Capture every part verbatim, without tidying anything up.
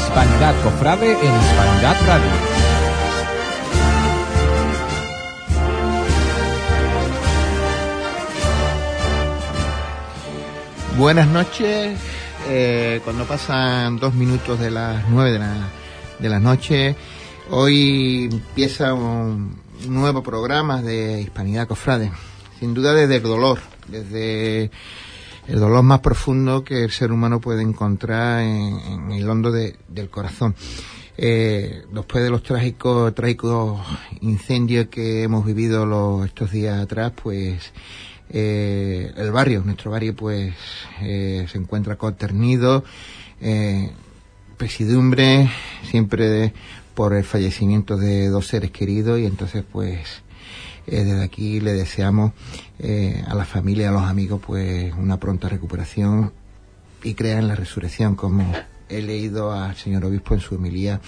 Hispanidad Cofrade en Hispanidad Radio. Buenas noches, eh, cuando pasan dos minutos de las nueve de la, de la noche, hoy empieza un nuevo programa de Hispanidad Cofrade, sin duda desde el dolor, desde el dolor más profundo que el ser humano puede encontrar en, en el hondo de, del corazón. Eh, después de los trágicos, trágicos incendios que hemos vivido los, estos días atrás, pues Eh, el barrio, nuestro barrio pues eh, se encuentra consternido, eh, pesadumbre siempre de, por el fallecimiento de dos seres queridos, y entonces pues eh, desde aquí le deseamos eh, a la familia, a los amigos, pues una pronta recuperación y crean en la resurrección, como he leído al señor obispo en su homilía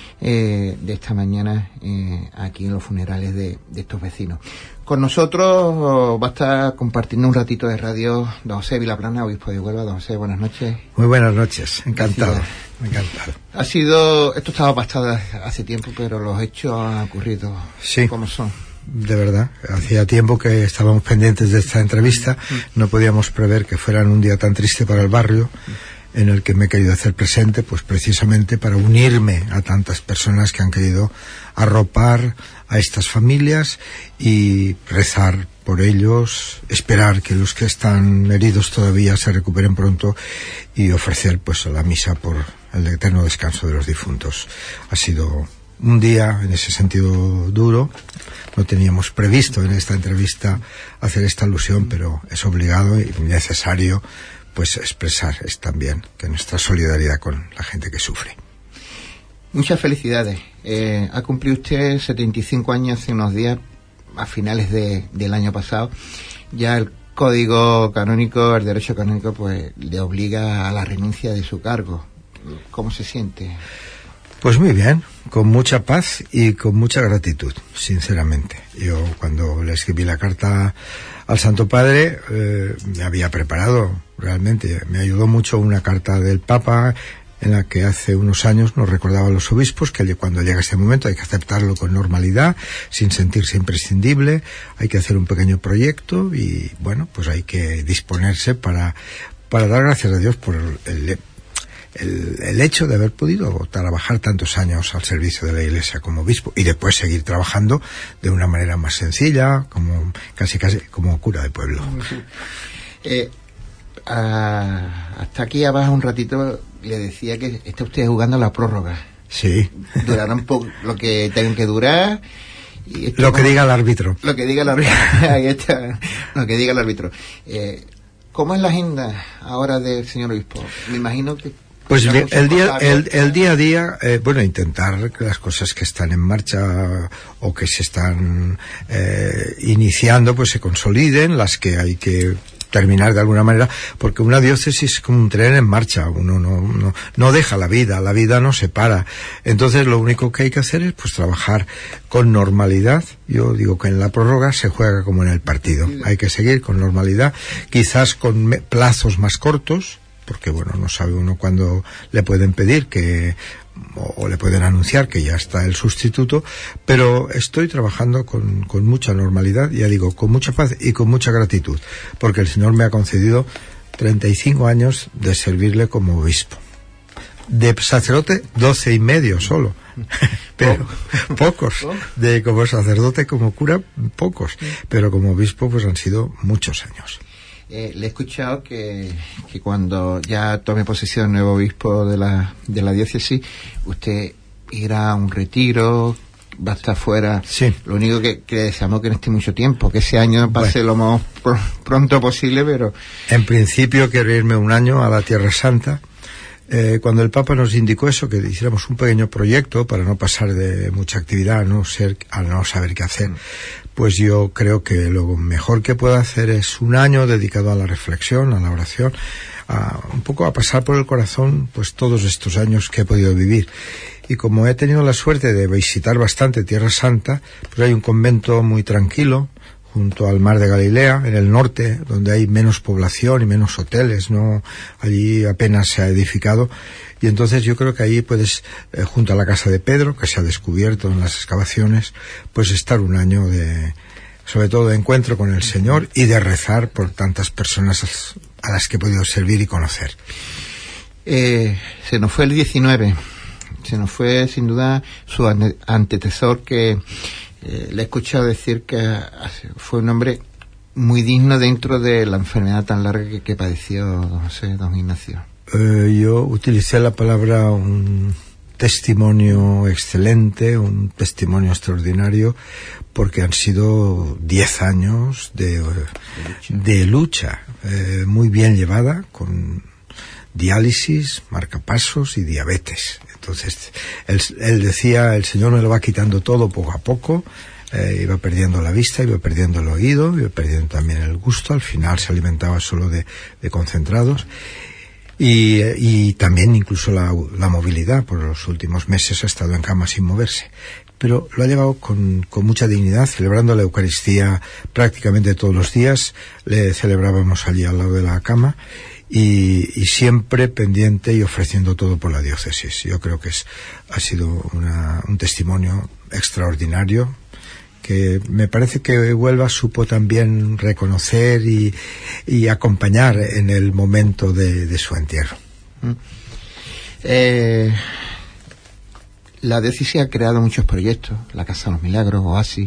eh, de esta mañana eh, aquí en los funerales de, de estos vecinos. Con nosotros oh, va a estar compartiendo un ratito de radio don José Vilaplana, obispo de Huelva. Don José, buenas noches. Muy buenas noches, encantado, encantado. Ha sido, esto estaba pactado hace tiempo, pero los hechos han ocurrido. Sí. ¿Cómo son? De verdad, hacía tiempo que estábamos pendientes de esta entrevista, no podíamos prever que fuera un día tan triste para el barrio, en el que me he querido hacer presente, pues precisamente para unirme a tantas personas que han querido arropar a estas familias y rezar por ellos, esperar que los que están heridos todavía se recuperen pronto y ofrecer pues la misa por el eterno descanso de los difuntos. Ha sido un día en ese sentido duro, no teníamos previsto en esta entrevista hacer esta alusión, pero es obligado y necesario pues expresar es también que nuestra solidaridad con la gente que sufre. Muchas felicidades. Eh, ha cumplido usted setenta y cinco años hace unos días, a finales de, del año pasado. Ya el Código Canónico, el derecho canónico, pues le obliga a la renuncia de su cargo. ¿Cómo se siente? Pues muy bien, con mucha paz y con mucha gratitud, sinceramente. Yo cuando le escribí la carta al Santo Padre eh, me había preparado, realmente. Me ayudó mucho una carta del Papa en la que hace unos años nos recordaba a los obispos que cuando llega este momento hay que aceptarlo con normalidad, sin sentirse imprescindible, hay que hacer un pequeño proyecto y bueno, pues hay que disponerse para, para dar gracias a Dios por el, el El, el hecho de haber podido trabajar tantos años al servicio de la Iglesia como obispo y después seguir trabajando de una manera más sencilla, como casi casi como cura de pueblo. Eh, a, hasta aquí abajo un ratito le decía que está usted jugando la prórroga. Sí. Durará un poco lo que tengan que durar. Y lo que como, diga el árbitro. Lo que diga el árbitro. Ahí está. Lo que diga el árbitro. Eh, ¿Cómo es la agenda ahora del señor obispo? Me imagino que Pues el, el día el, el día a día, eh, bueno, intentar que las cosas que están en marcha o que se están eh, iniciando, pues se consoliden, las que hay que terminar de alguna manera, porque una diócesis es como un tren en marcha, uno no, no, no deja la vida, la vida no se para. Entonces lo único que hay que hacer es pues trabajar con normalidad. Yo digo que en la prórroga se juega como en el partido, hay que seguir con normalidad, quizás con me- plazos más cortos, porque bueno, no sabe uno cuándo le pueden pedir que o, o le pueden anunciar que ya está el sustituto, pero estoy trabajando con, con mucha normalidad, ya digo, con mucha paz y con mucha gratitud, porque el Señor me ha concedido treinta y cinco años de servirle como obispo. De sacerdote, doce y medio solo, pero pocos, de como sacerdote, como cura, pocos, pero como obispo pues han sido muchos años. Eh, le he escuchado que, que cuando ya tome posesión nuevo obispo de la, de la diócesis, usted irá a un retiro, va a estar fuera. Sí. Lo único que, que deseamos que no esté mucho tiempo, que ese año pase bueno. lo más pr- pronto posible, pero... En principio quiero irme un año a la Tierra Santa. Eh, cuando el Papa nos indicó eso, que hiciéramos un pequeño proyecto para no pasar de mucha actividad a no ser, a no saber qué hacer, mm. pues yo creo que lo mejor que puedo hacer es un año dedicado a la reflexión, a la oración, a, un poco a pasar por el corazón pues todos estos años que he podido vivir. Y como he tenido la suerte de visitar bastante Tierra Santa, pues hay un convento muy tranquilo, junto al mar de Galilea, en el norte, donde hay menos población y menos hoteles, no, allí apenas se ha edificado, y entonces yo creo que ahí puedes, eh, junto a la casa de Pedro, que se ha descubierto en las excavaciones, pues estar un año de, sobre todo de encuentro con el Señor y de rezar por tantas personas a las que he podido servir y conocer. Eh, se nos fue el diecinueve, se nos fue sin duda su ante- antecesor que eh, le he escuchado decir que fue un hombre muy digno dentro de la enfermedad tan larga que, que padeció don José, don Ignacio. Eh, yo utilicé la palabra un testimonio excelente, un testimonio extraordinario, porque han sido diez años de, de lucha, eh, muy bien llevada, con diálisis, marcapasos y diabetes. Entonces, él, él decía, el Señor me lo va quitando todo poco a poco, eh, iba perdiendo la vista, iba perdiendo el oído, iba perdiendo también el gusto, al final se alimentaba solo de, de concentrados. Y, y también incluso la, la movilidad, por los últimos meses ha estado en cama sin moverse, pero lo ha llevado con, con mucha dignidad, celebrando la Eucaristía prácticamente todos los días. Le celebrábamos allí al lado de la cama y, y siempre pendiente y ofreciendo todo por la diócesis. Yo creo que es, ha sido una, un testimonio extraordinario, que me parece que Huelva supo también reconocer y, y acompañar en el momento de, de su entierro. Eh, la diócesis ha creado muchos proyectos, la Casa de los Milagros, Oasis.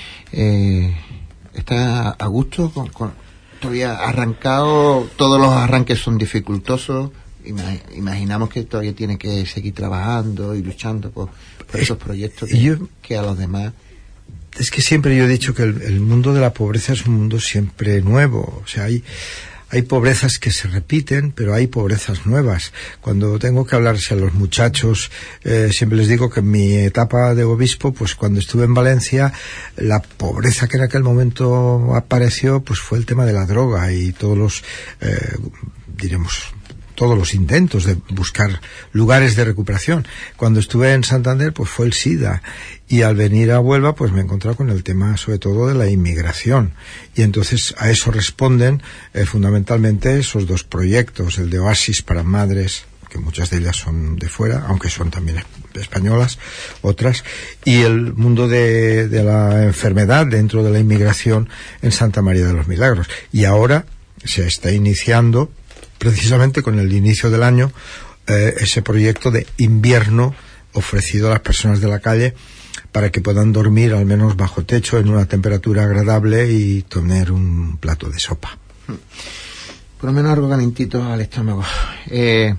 Eh, ¿Está a gusto? Con, con, todavía arrancado, todos los arranques son dificultosos. Imaginamos que todavía tiene que seguir trabajando y luchando por, por esos proyectos que, yo, que a los demás. Es que siempre yo he dicho que el, el mundo de la pobreza es un mundo siempre nuevo. O sea, hay, hay pobrezas que se repiten, pero hay pobrezas nuevas. Cuando tengo que hablarse a los muchachos, eh, siempre les digo que en mi etapa de obispo, pues cuando estuve en Valencia, la pobreza que en aquel momento apareció, pues fue el tema de la droga y todos los, eh, diremos, todos los intentos de buscar lugares de recuperación. Cuando estuve en Santander, pues fue el SIDA. Y al venir a Huelva, pues me he encontrado con el tema, sobre todo, de la inmigración. Y entonces a eso responden eh, fundamentalmente esos dos proyectos, el de Oasis para madres, que muchas de ellas son de fuera, aunque son también españolas, otras, y el mundo de, de la enfermedad dentro de la inmigración en Santa María de los Milagros. Y ahora se está iniciando, precisamente con el inicio del año, eh, ese proyecto de invierno ofrecido a las personas de la calle para que puedan dormir al menos bajo techo en una temperatura agradable y tener un plato de sopa. Por lo menos algo calentito al estómago. Eh,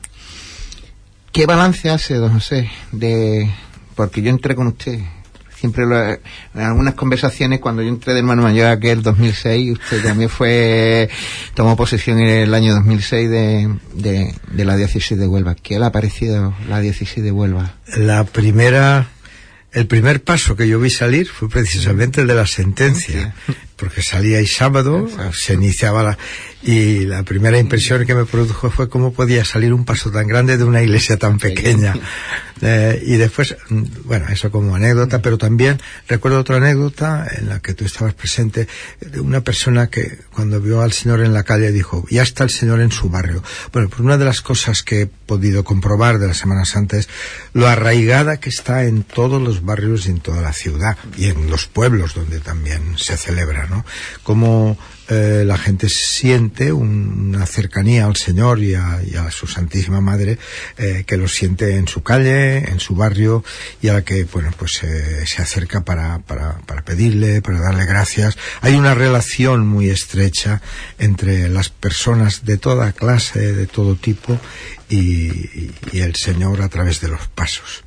¿Qué balance hace, don José? De, porque yo entré con usted, siempre lo, en algunas conversaciones, cuando yo entré de hermano mayor aquel dos mil seis, usted también fue, tomó posesión en el año dos mil seis de, de, de la diócesis de Huelva. ¿Qué le ha parecido la diócesis de Huelva? La primera... El primer paso que yo vi salir fue precisamente el de la sentencia, porque salía el sábado, exacto, se iniciaba la... Y la primera impresión que me produjo fue cómo podía salir un paso tan grande de una iglesia tan pequeña. Eh, y después, bueno, eso como anécdota, pero también recuerdo otra anécdota en la que tú estabas presente, de una persona que cuando vio al Señor en la calle dijo, ya está el Señor en su barrio. Bueno, pues una de las cosas que he podido comprobar de la Semana Santa es lo arraigada que está en todos los barrios y en toda la ciudad, y en los pueblos donde también se celebra, ¿no? Como Eh, la gente siente un, una cercanía al Señor y a, y a su Santísima Madre, eh, que lo siente en su calle, en su barrio, y a la que, bueno, pues eh, se acerca para, para, para pedirle, para darle gracias. Hay una relación muy estrecha entre las personas de toda clase, de todo tipo, y, y el Señor a través de los pasos.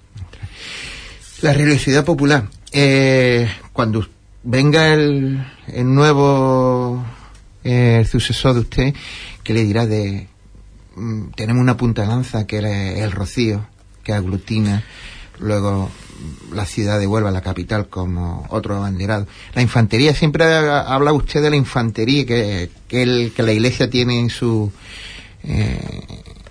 La religiosidad popular. Eh, cuando venga el, el nuevo eh, el sucesor de usted, que le dirá de mm, tenemos una punta de lanza que es el Rocío, que aglutina luego la ciudad de Huelva, la capital, como otro abanderado. La infantería, siempre habla usted de la infantería que, que, el, que la iglesia tiene en su eh,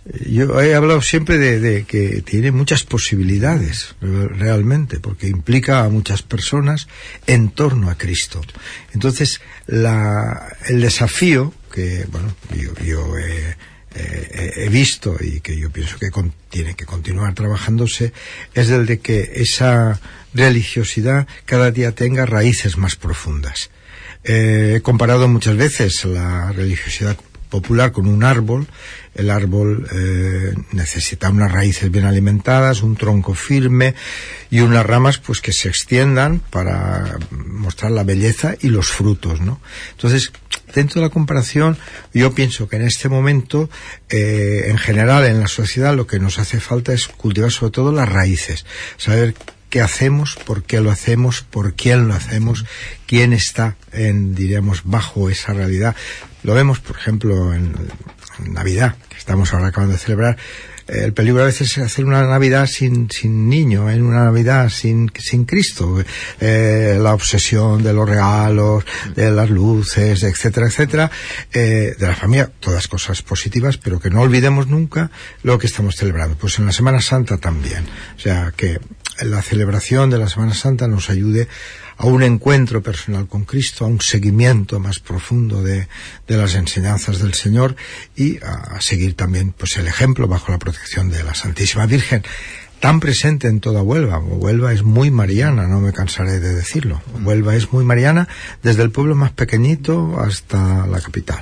yo he hablado siempre de, de que tiene muchas posibilidades realmente, porque implica a muchas personas en torno a Cristo. Entonces, la, el desafío que, bueno, yo, yo he, he, he visto y que yo pienso que con, tiene que continuar trabajándose, es el de que esa religiosidad cada día tenga raíces más profundas. Eh, he comparado muchas veces la religiosidad popular con un árbol. El árbol eh, necesita unas raíces bien alimentadas, un tronco firme y unas ramas pues que se extiendan para mostrar la belleza y los frutos, ¿no? Entonces, dentro de la comparación, yo pienso que en este momento, eh, en general en la sociedad, lo que nos hace falta es cultivar sobre todo las raíces, saber qué hacemos, por qué lo hacemos, por quién lo hacemos, quién está en, diríamos, bajo esa realidad. Lo vemos, por ejemplo, en, en Navidad, que estamos ahora acabando de celebrar. Eh, el peligro a veces es hacer una Navidad sin, sin niño, en una Navidad sin, sin Cristo. Eh, la obsesión de los regalos, de las luces, etcétera, etcétera, eh, de la familia, todas cosas positivas, pero que no olvidemos nunca lo que estamos celebrando. Pues en la Semana Santa también. O sea, que la celebración de la Semana Santa nos ayude a un encuentro personal con Cristo, a un seguimiento más profundo de, de las enseñanzas del Señor y a, a seguir también pues el ejemplo bajo la protección de la Santísima Virgen, tan presente en toda Huelva. Huelva es muy mariana, no me cansaré de decirlo. Huelva es muy mariana desde el pueblo más pequeñito hasta la capital.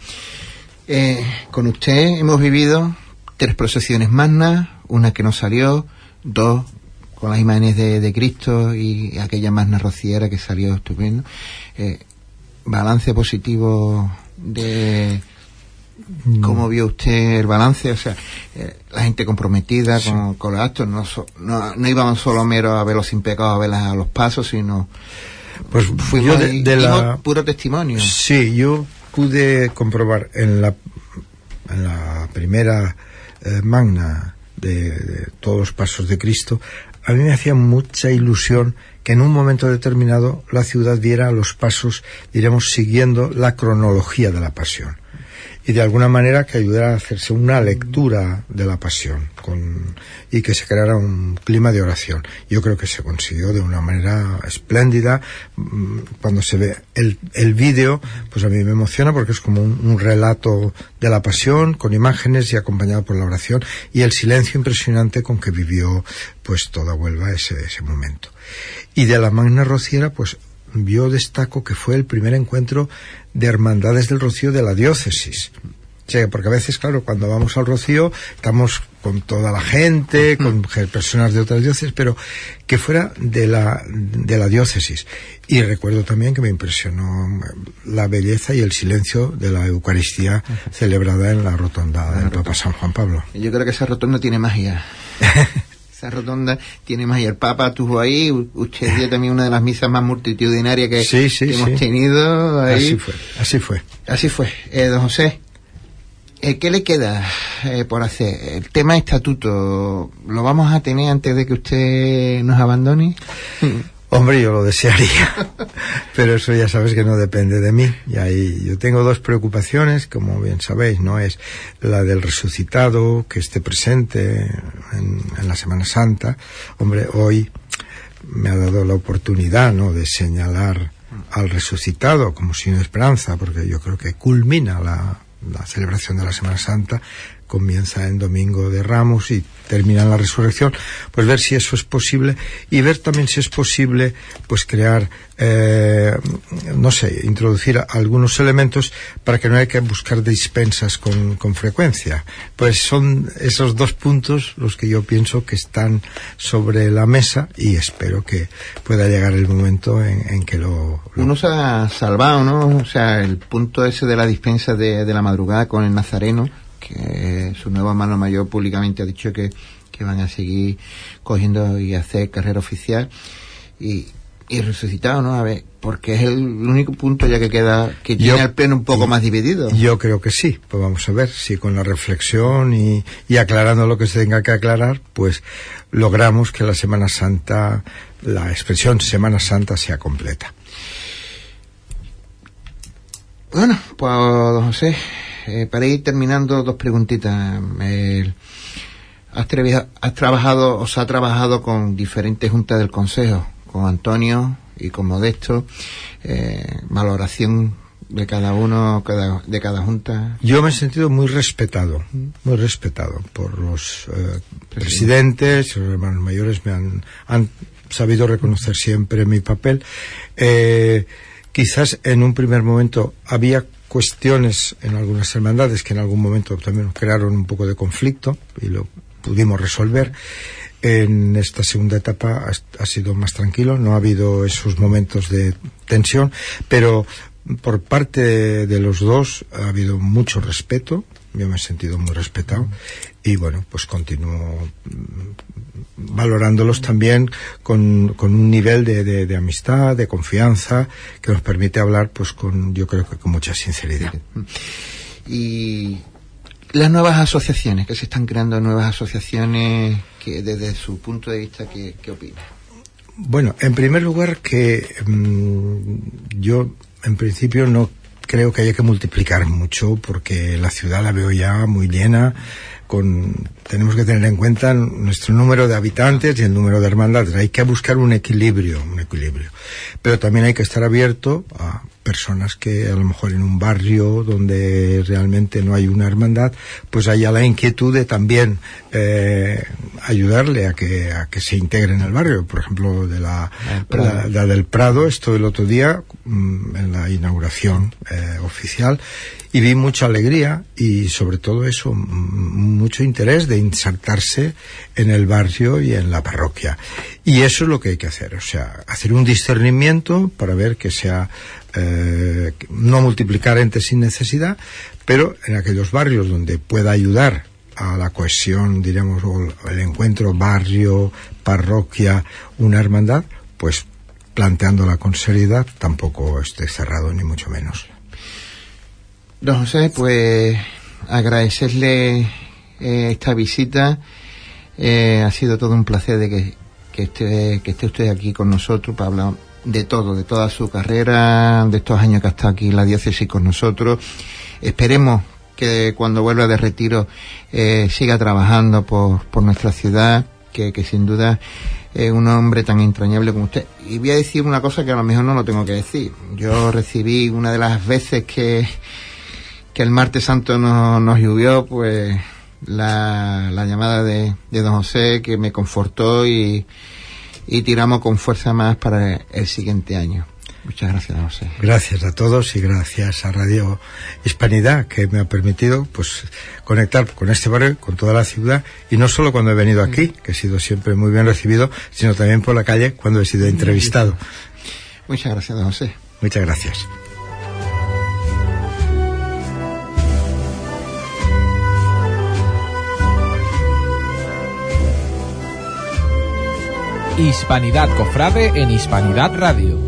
Eh, con usted hemos vivido tres procesiones magnas, una que no salió, dos con las imágenes de, de Cristo y aquella magna rociera que salió estupendo. Eh, balance positivo de cómo vio usted el balance, o sea, eh, la gente comprometida sí. con, con los actos, no, so, no, no íbamos solo mero a ver los sin pecados, a ver a los pasos, sino pues fuimos yo de, de la puro testimonio. Sí, yo pude comprobar en la en la primera eh, magna de, de todos los pasos de Cristo. A mí me hacía mucha ilusión que en un momento determinado la ciudad viera los pasos, diremos, siguiendo la cronología de la pasión. Y de alguna manera que ayudara a hacerse una lectura de la pasión con, y que se creara un clima de oración. Yo creo que se consiguió de una manera espléndida. Cuando se ve el, el vídeo, pues a mí me emociona porque es como un, un relato de la pasión con imágenes y acompañado por la oración y el silencio impresionante con que vivió pues toda Huelva ese, ese momento. Y de la Magna Rociera, pues yo destaco que fue el primer encuentro de hermandades del Rocío de la diócesis. O sea, porque a veces, claro, cuando vamos al Rocío estamos con toda la gente, con personas de otras diócesis, pero que fuera de la de la diócesis. Y recuerdo también que me impresionó la belleza y el silencio de la Eucaristía celebrada en la rotonda del Papa San Juan Pablo. Yo creo que esa rotonda tiene magia. Esa rotonda tiene magia. El Papa estuvo ahí, usted dio también una de las misas más multitudinarias que, sí, sí, que sí. hemos tenido ahí. Así fue, así fue. Así fue. Eh, don José, eh, ¿qué le queda eh, por hacer? El tema estatuto, ¿lo vamos a tener antes de que usted nos abandone? Hombre, yo lo desearía, pero eso ya sabes que no depende de mí. Y ahí yo tengo dos preocupaciones, como bien sabéis, ¿no? Es la del resucitado, que esté presente en, en la Semana Santa. Hombre, hoy me ha dado la oportunidad, ¿no?, de señalar al resucitado como signo de esperanza, porque yo creo que culmina la, la celebración de la Semana Santa, comienza en Domingo de Ramos y termina en la resurrección, pues ver si eso es posible y ver también si es posible pues crear eh, no sé, introducir algunos elementos para que no haya que buscar dispensas con, con frecuencia. Pues son esos dos puntos los que yo pienso que están sobre la mesa y espero que pueda llegar el momento en, en que lo, lo... Uno se ha salvado, ¿no? O sea, el punto ese de la dispensa de, de la madrugada con el Nazareno, que su nuevo hermano mayor públicamente ha dicho que, que van a seguir cogiendo y hacer carrera oficial y, y resucitado, ¿no? A ver, porque es el único punto ya que queda, que tiene el pleno un poco más dividido. Yo creo que sí, pues vamos a ver si con la reflexión y, y aclarando lo que se tenga que aclarar, pues logramos que la Semana Santa, la expresión Semana Santa sea completa. Bueno, pues don José, eh, para ir terminando, dos preguntitas. Eh, has, has trabajado, o se ha trabajado con diferentes juntas del Consejo, con Antonio y con Modesto. Eh, valoración de cada uno, cada, de cada junta. Yo me he sentido muy respetado, muy respetado por los eh, presidentes, los hermanos mayores me han, han sabido reconocer siempre mi papel. Eh, quizás en un primer momento había cuestiones en algunas hermandades que en algún momento también crearon un poco de conflicto y lo pudimos resolver. En esta segunda etapa ha, ha sido más tranquilo, no ha habido esos momentos de tensión, pero por parte de, de los dos ha habido mucho respeto, yo me he sentido muy respetado y bueno, pues continúo valorándolos también con, con un nivel de, de, de amistad, de confianza que nos permite hablar pues con, yo creo que con mucha sinceridad. Y las nuevas asociaciones, que se están creando nuevas asociaciones, que desde su punto de vista, ¿qué, qué opina? Bueno, en primer lugar que mmm, yo en principio no creo que haya que multiplicar mucho porque la ciudad la veo ya muy llena. Con, tenemos que tener en cuenta nuestro número de habitantes y el número de hermandades. Hay que buscar un equilibrio, un equilibrio. Pero también hay que estar abierto a personas que a lo mejor en un barrio donde realmente no hay una hermandad, pues haya la inquietud de también eh, ayudarle a que a que se integre en el barrio. Por ejemplo, de la, la, la del Prado, esto el otro día mmm, en la inauguración eh, oficial, y vi mucha alegría y sobre todo eso, mucho interés de insertarse en el barrio y en la parroquia. Y eso es lo que hay que hacer, o sea, hacer un discernimiento para ver que sea eh, no multiplicar entes sin necesidad, pero en aquellos barrios donde pueda ayudar a la cohesión, diríamos, o el encuentro barrio, parroquia, una hermandad, pues planteándola con seriedad, tampoco esté cerrado ni mucho menos. Don José, pues agradecerle eh, esta visita. Eh, ha sido todo un placer de que, que, esté, que esté usted aquí con nosotros para hablar de todo, de toda su carrera, de estos años que ha estado aquí en la diócesis con nosotros. Esperemos que cuando vuelva de retiro eh, siga trabajando por, por nuestra ciudad, que, que sin duda es un hombre tan entrañable como usted. Y voy a decir una cosa que a lo mejor no lo tengo que decir. Yo recibí una de las veces que que el martes santo no, nos llovió, pues la, la llamada de, de don José, que me confortó y, y tiramos con fuerza más para el siguiente año. Muchas gracias, don José. Gracias a todos y gracias a Radio Hispanidad, que me ha permitido pues conectar con este barrio, con toda la ciudad, y no solo cuando he venido aquí, que he sido siempre muy bien recibido, sino también por la calle cuando he sido entrevistado. Muchas gracias, don José. Muchas gracias. Hispanidad Cofrade en Hispanidad Radio.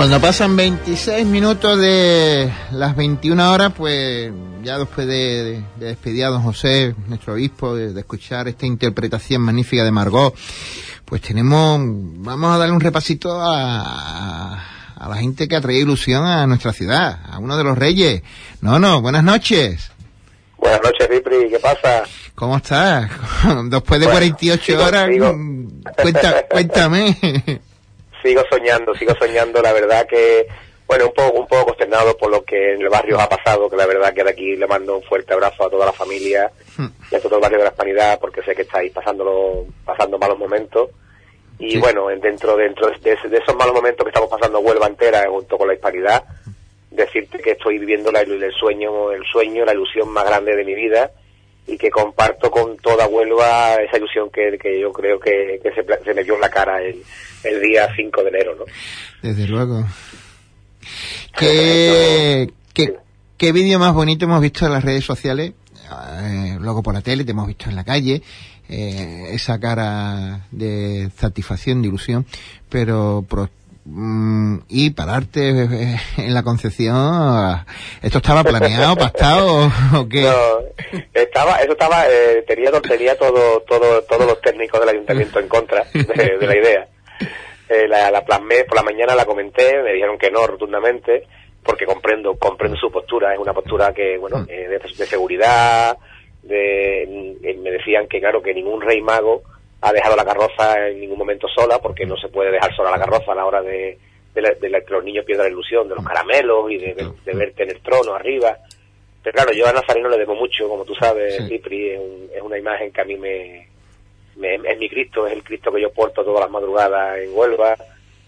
Cuando pasan veintiséis minutos de las veintiuna horas, pues ya después de, de, de despedir a don José, nuestro obispo, de, de escuchar esta interpretación magnífica de Margot, pues tenemos, vamos a darle un repasito a, a la gente que ha traído ilusión a nuestra ciudad, a uno de los reyes. No, no, buenas noches. Buenas noches, Ripri, ¿qué pasa? ¿Cómo estás? Después de bueno, cuarenta y ocho sigo, horas, sigo. Cuenta, cuéntame. Sigo soñando, sigo soñando, la verdad que, bueno, un poco, un poco consternado por lo que en el barrio ha pasado, que la verdad que de aquí le mando un fuerte abrazo a toda la familia y a todo el barrio de la Hispanidad, porque sé que estáis pasándolo, pasando malos momentos. Y sí. Bueno, dentro, dentro de, de esos malos momentos que estamos pasando Huelva entera, junto con la Hispanidad, decirte que estoy viviendo la, el sueño, el sueño, la ilusión más grande de mi vida, y que comparto con toda Huelva esa ilusión que, que yo creo que, que se, se me dio en la cara el, el día cinco de enero, ¿no? Desde luego. ¿Qué, qué, qué vídeo más bonito hemos visto en las redes sociales? Eh, luego por la tele, te hemos visto en la calle, eh, esa cara de satisfacción, de ilusión, pero... Pro, y pararte en la Concepción, ¿esto estaba planeado, pactado o qué? No, estaba, eso estaba, eh, tenía, tenía todo, todo, todos los técnicos del ayuntamiento en contra de, de la idea. Eh, la, la plasmé, por la mañana la comenté, me dijeron que no rotundamente, porque comprendo, comprendo su postura, es una postura que, bueno, eh, de, de seguridad, de, eh, me decían que claro, que ningún rey mago ha dejado la carroza en ningún momento sola, porque no se puede dejar sola la carroza a la hora de, de, la, de la, que los niños pierdan la ilusión de los caramelos y de, de, de verte en el trono arriba. Pero claro, yo a Nazareno le debo mucho, como tú sabes, sí. Cipri, es, un, es una imagen que a mí me, me... es mi Cristo, es el Cristo que yo porto todas las madrugadas en Huelva.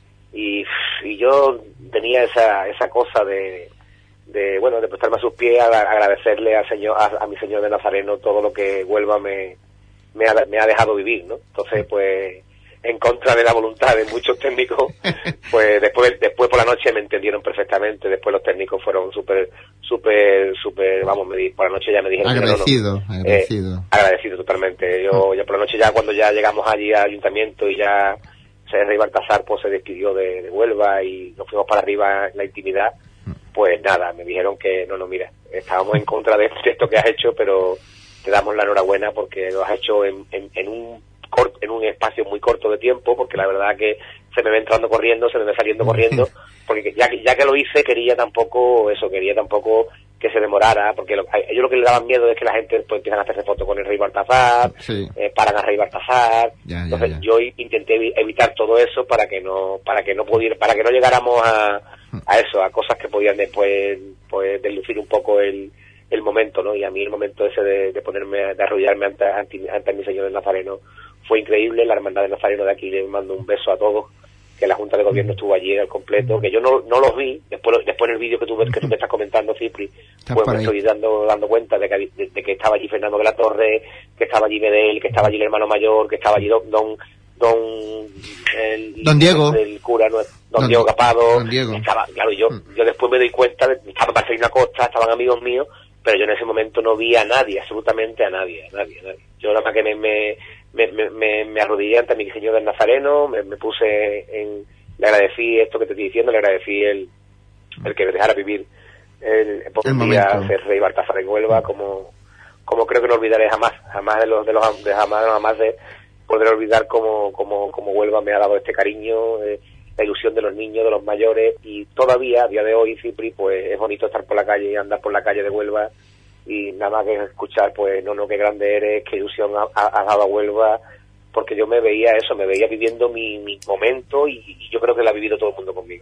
Y, y yo tenía esa esa cosa de, de bueno, de prestarme a sus pies, a, a agradecerle al señor, a, a mi Señor de Nazareno todo lo que Huelva me... Me ha, me ha dejado vivir, ¿no? Entonces, pues, en contra de la voluntad de muchos técnicos, pues después después por la noche me entendieron perfectamente, después los técnicos fueron súper, súper, súper, vamos, me di, por la noche ya me dijeron agradecido, que no, no, agradecido. Eh, agradecido totalmente. Yo, ya por la noche ya, cuando ya llegamos allí al ayuntamiento y ya el rey Baltasar, pues, se despidió de, de Huelva y nos fuimos para arriba en la intimidad, pues nada, me dijeron que, no, no, mira, estábamos en contra de esto que has hecho, pero te damos la enhorabuena porque lo has hecho en, en, en un corto, en un espacio muy corto de tiempo, porque la verdad que se me ve entrando corriendo, se me ve saliendo corriendo, porque ya que, ya que lo hice quería tampoco eso, quería tampoco que se demorara, porque lo, a ellos lo que le daban miedo es que la gente pues empiezan a hacerse fotos con el rey Baltasar, sí. eh, paran al rey Baltasar, ya, entonces ya, ya. yo intenté evitar todo eso para que no, para que no pudiera, para que no llegáramos a, a eso, a cosas que podían después pues deslucir un poco el el momento, ¿no? Y a mí el momento ese de, de ponerme, de arrodillarme ante, ante, ante mi Señor del Nazareno fue increíble. La hermandad del Nazareno de aquí, le mando un beso a todos, que la Junta de Gobierno estuvo allí al completo, que yo no no los vi, después después en el vídeo que tú, que tú me estás comentando, Cipri, pues me estoy dando dando cuenta de que, de, de que estaba allí Fernando de la Torre, que estaba allí Medel, que estaba allí el hermano mayor, que estaba allí don, don don el, don Diego el cura no, don, don Diego Capado, don Diego. Estaba, claro, yo yo después me doy cuenta de, estaba Marcelina Costa, estaban amigos míos, pero yo en ese momento no vi a nadie, absolutamente a nadie, a nadie, a nadie. Yo nada más que me me, me, me, me arrodillé ante mi Señor del Nazareno, me, me puse en, le agradecí esto que te estoy diciendo, le agradecí el, el que me dejara vivir el, el día ser rey Baltasar en Huelva, como, como creo que no olvidaré jamás, jamás de los, de los, de jamás, jamás de poder olvidar como, como, como Huelva me ha dado este cariño, eh, la ilusión de los niños, de los mayores, y todavía, a día de hoy, Cipri, pues es bonito estar por la calle y andar por la calle de Huelva y nada más que escuchar, pues, no, no, qué grande eres, qué ilusión has ha, ha dado a Huelva, porque yo me veía eso, me veía viviendo mi, mi momento y, y yo creo que lo ha vivido todo el mundo conmigo.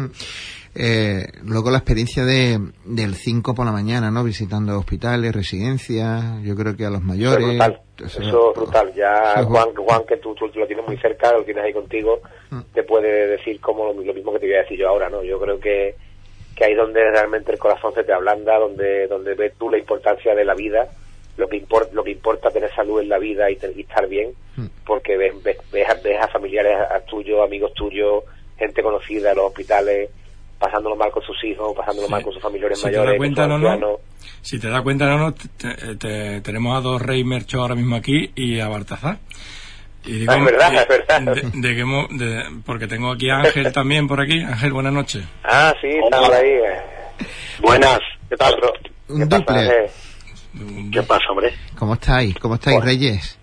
Eh, luego la experiencia de del cinco por la mañana, ¿no? Visitando hospitales, residencias, yo creo que a los mayores. Eso es brutal, eso, eso es brutal. Ya eso Juan, Juan, que tú, tú lo tienes muy cerca, lo tienes ahí contigo, mm. te puede decir como lo, lo mismo que te voy a decir yo ahora, ¿no? Yo creo que, que ahí es donde realmente el corazón se te ablanda, donde donde ves tú la importancia de la vida, lo que importa, lo que importa tener salud en la vida y, te, y estar bien, mm. porque ves, ves, ves, a, ves a familiares a tuyos, amigos tuyos, gente conocida en los hospitales, pasándolo mal con sus hijos, pasándolo sí. mal con sus familiares si mayores. Te cuenta, no, no, si te das cuenta, no, no, te, te, tenemos a dos rey Mercho ahora mismo aquí y a Baltasar. Y digo, es verdad, de, es verdad. De, de, de, de, de, porque tengo aquí a Ángel también por aquí. Ángel, buenas noches. Ah, sí, está por ahí. Buenas, ¿qué tal, bro? Un ¿Qué duple. pasa, eh? ¿Qué pasa, hombre? ¿Cómo estáis? ¿Cómo estáis, bueno. Reyes?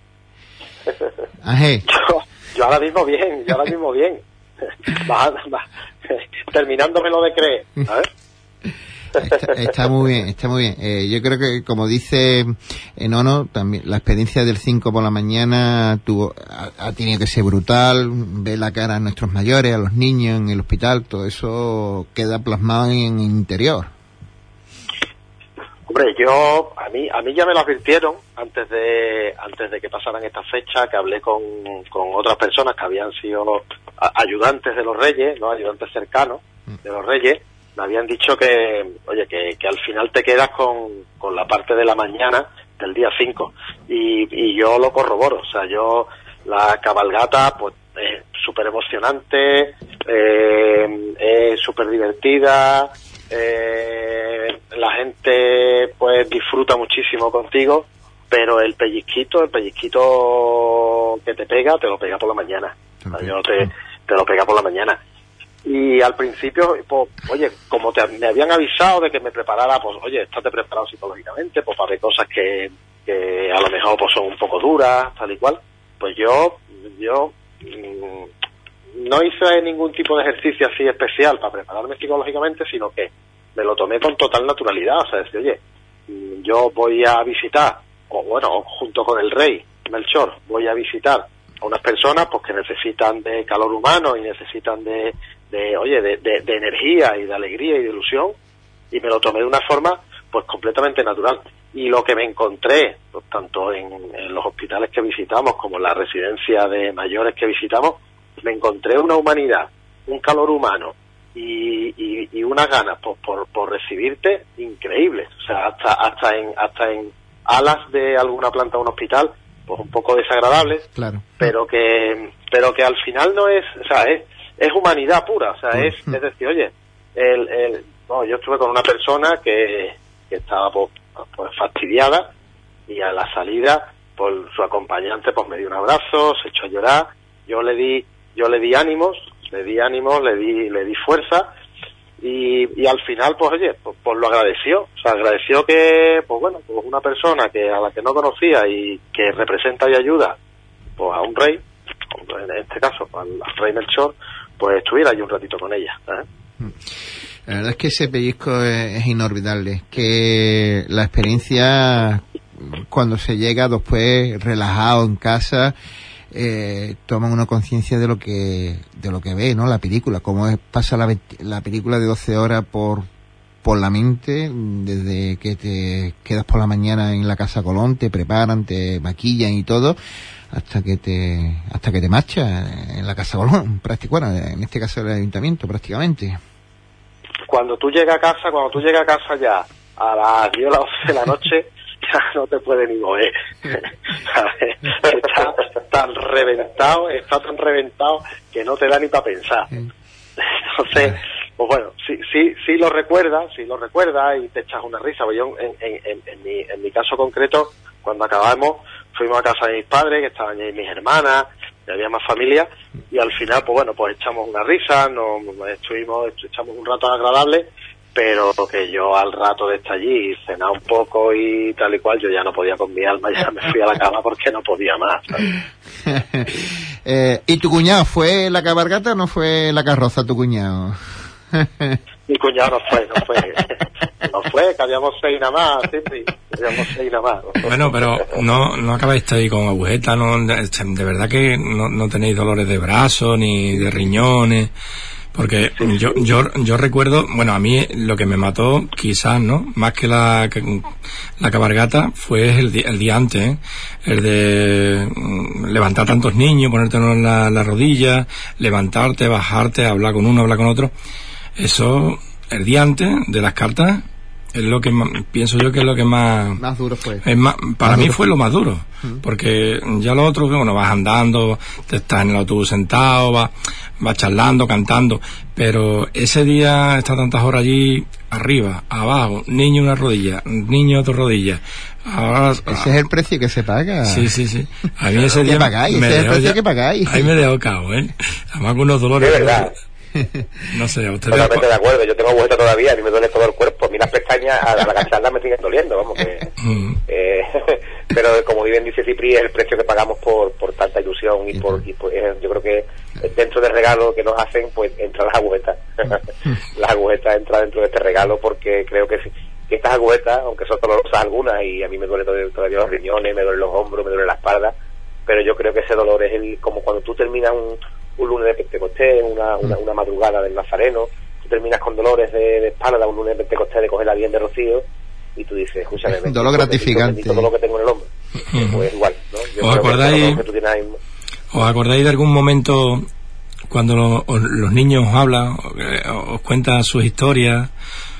Ángel. Yo, yo ahora mismo bien, yo ahora mismo bien. Va, va, terminándomelo de creer, ¿sabes? Está, está muy bien, está muy bien. Eh, yo creo que, como dice Enono, también la experiencia del cinco por la mañana tuvo, ha, ha tenido que ser brutal. Ver la cara a nuestros mayores, a los niños en el hospital, todo eso queda plasmado en el interior. Hombre, yo, a mí, a mí ya me lo advirtieron antes de, antes de que pasaran estas fechas, que hablé con, con otras personas que habían sido ayudantes de los Reyes, ¿no? Ayudantes cercanos de los Reyes. Me habían dicho que, oye, que, que al final te quedas con, con la parte de la mañana del día cinco. Y, y yo lo corroboro. O sea, yo, la cabalgata, pues, es súper emocionante, eh, es súper divertida, eh, la gente, pues, disfruta muchísimo contigo, pero el pellizquito, el pellizquito que te pega, te lo pega por la mañana. O sea, yo te, te lo pega por la mañana. Y al principio, pues, oye, como te, me habían avisado de que me preparara, pues, oye, estate preparado psicológicamente, pues, para ver cosas que, que a lo mejor, pues, son un poco duras, tal y cual. Pues yo, yo, mmm, no hice ningún tipo de ejercicio así especial para prepararme psicológicamente, sino que me lo tomé con total naturalidad. O sea, decir, oye, yo voy a visitar, o bueno, junto con el rey Melchor, voy a visitar a unas personas, pues, que necesitan de calor humano y necesitan de, de oye, de, de, de energía y de alegría y de ilusión, y me lo tomé de una forma, pues, completamente natural. Y lo que me encontré, pues, tanto en, en los hospitales que visitamos como en la residencia de mayores que visitamos, me encontré una humanidad, un calor humano y, y, y unas ganas por, por, por recibirte increíbles. O sea, hasta, hasta en, hasta en alas de alguna planta de un hospital, pues un poco desagradables, claro, pero que, pero que al final no es, o sea, es, es humanidad pura. O sea, es, es decir, oye, el, el, no, yo estuve con una persona que, que estaba, pues, pues fastidiada, y a la salida, pues, su acompañante, pues, me dio un abrazo, se echó a llorar, yo le di, yo le di ánimos, le di ánimos, le di, le di fuerza, y, y al final, pues, oye, pues, pues lo agradeció. O sea, agradeció que, pues bueno, pues una persona que a la que no conocía y que representa y ayuda, pues, a un rey, en este caso al, al rey Melchor, pues estuviera yo un ratito con ella, ¿eh? La verdad es que ese pellizco es, es inolvidable, que la experiencia, cuando se llega después relajado en casa, eh, toman una conciencia de lo que de lo que ve, ¿no? La película, cómo es, pasa la, la película de doce horas por por la mente, desde que te quedas por la mañana en la Casa Colón, te preparan, te maquillan y todo, hasta que te hasta que te marchas en la Casa Colón, prácticamente, bueno, en este caso el ayuntamiento, prácticamente. Cuando tú llegas a casa, cuando tú llegas a casa ya a las diez o las once de la noche, ya no te puedes ni mover. Está tan reventado, está tan reventado que no te da ni para pensar. Entonces, pues bueno, sí, sí, sí lo recuerdas, sí lo recuerdas y te echas una risa. Yo, en, en, en, en, mi, en mi caso concreto, cuando acabamos, fuimos a casa de mis padres, que estaban ahí mis hermanas, y había más familia, y al final, pues bueno, pues echamos una risa, nos estuvimos, echamos un rato agradable, pero que yo al rato de estar allí, cenar un poco y tal y cual, yo ya no podía con mi alma, ya me fui a la cama porque no podía más, ¿sabes? eh, ¿Y tu cuñado fue la cabalgata o no fue la carroza tu cuñado? Mi cuñado no fue, no fue, no fue, que habíamos seis nada más, sí, sí, habíamos seis nada más. No, bueno, pero no, no acabáis ahí con agujeta, no, de, de verdad que no, no tenéis dolores de brazos ni de riñones, porque sí, yo, sí. yo, yo recuerdo, bueno, a mí lo que me mató, quizás, ¿no? Más que la, que, la cabalgata, fue el, el día antes, ¿eh? El de levantar tantos niños, ponértelos en la, la rodilla, levantarte, bajarte, hablar con uno, hablar con otro. Eso, el día antes de las cartas, es lo que más, pienso yo que es lo que más más duro fue. Es más, para más mí duro. fue lo más duro, uh-huh. Porque ya lo otro, bueno, vas andando, te estás en el autobús sentado, vas, vas charlando, cantando, pero ese día está tantas horas allí, arriba, abajo, niño una rodilla, niño otra rodilla. Ahora, ese ah, es el precio que se paga. Sí, sí, sí. A mí ese día ¿Qué pagáis? Ese es el precio ya, que pagáis. Ahí me dejó cao, ¿eh? Además con unos dolores. De verdad. No sé, usted totalmente de acuerdo, yo tengo agujeta todavía, a mí me duele todo el cuerpo, a mí las pestañas a, a la cacharla me siguen doliendo, vamos que mm. eh, pero como bien dice Cipri, es el precio que pagamos por por tanta ilusión y por, y por eh, yo creo que dentro del regalo que nos hacen, pues entran las agujetas. Las agujetas entran dentro de este regalo, porque creo que, si, que estas agujetas, aunque son dolorosas algunas, y a mí me duele todavía, todavía los riñones, me duelen los hombros, me duele la espalda, pero yo creo que ese dolor es el, como cuando tú terminas un un lunes de Pentecostés, una, una, una madrugada del Nazareno, tú terminas con dolores de, de espalda, un lunes de Pentecostés de coger la bien de Rocío, y tú dices, escúchame, un dolor gratificante, todo lo que tengo en el hombro, uh-huh. Pues igual, ¿no? Yo ¿Os acordáis, que que ahí... ¿os acordáis de algún momento cuando lo, o, los niños hablan, o, os cuentan sus historias,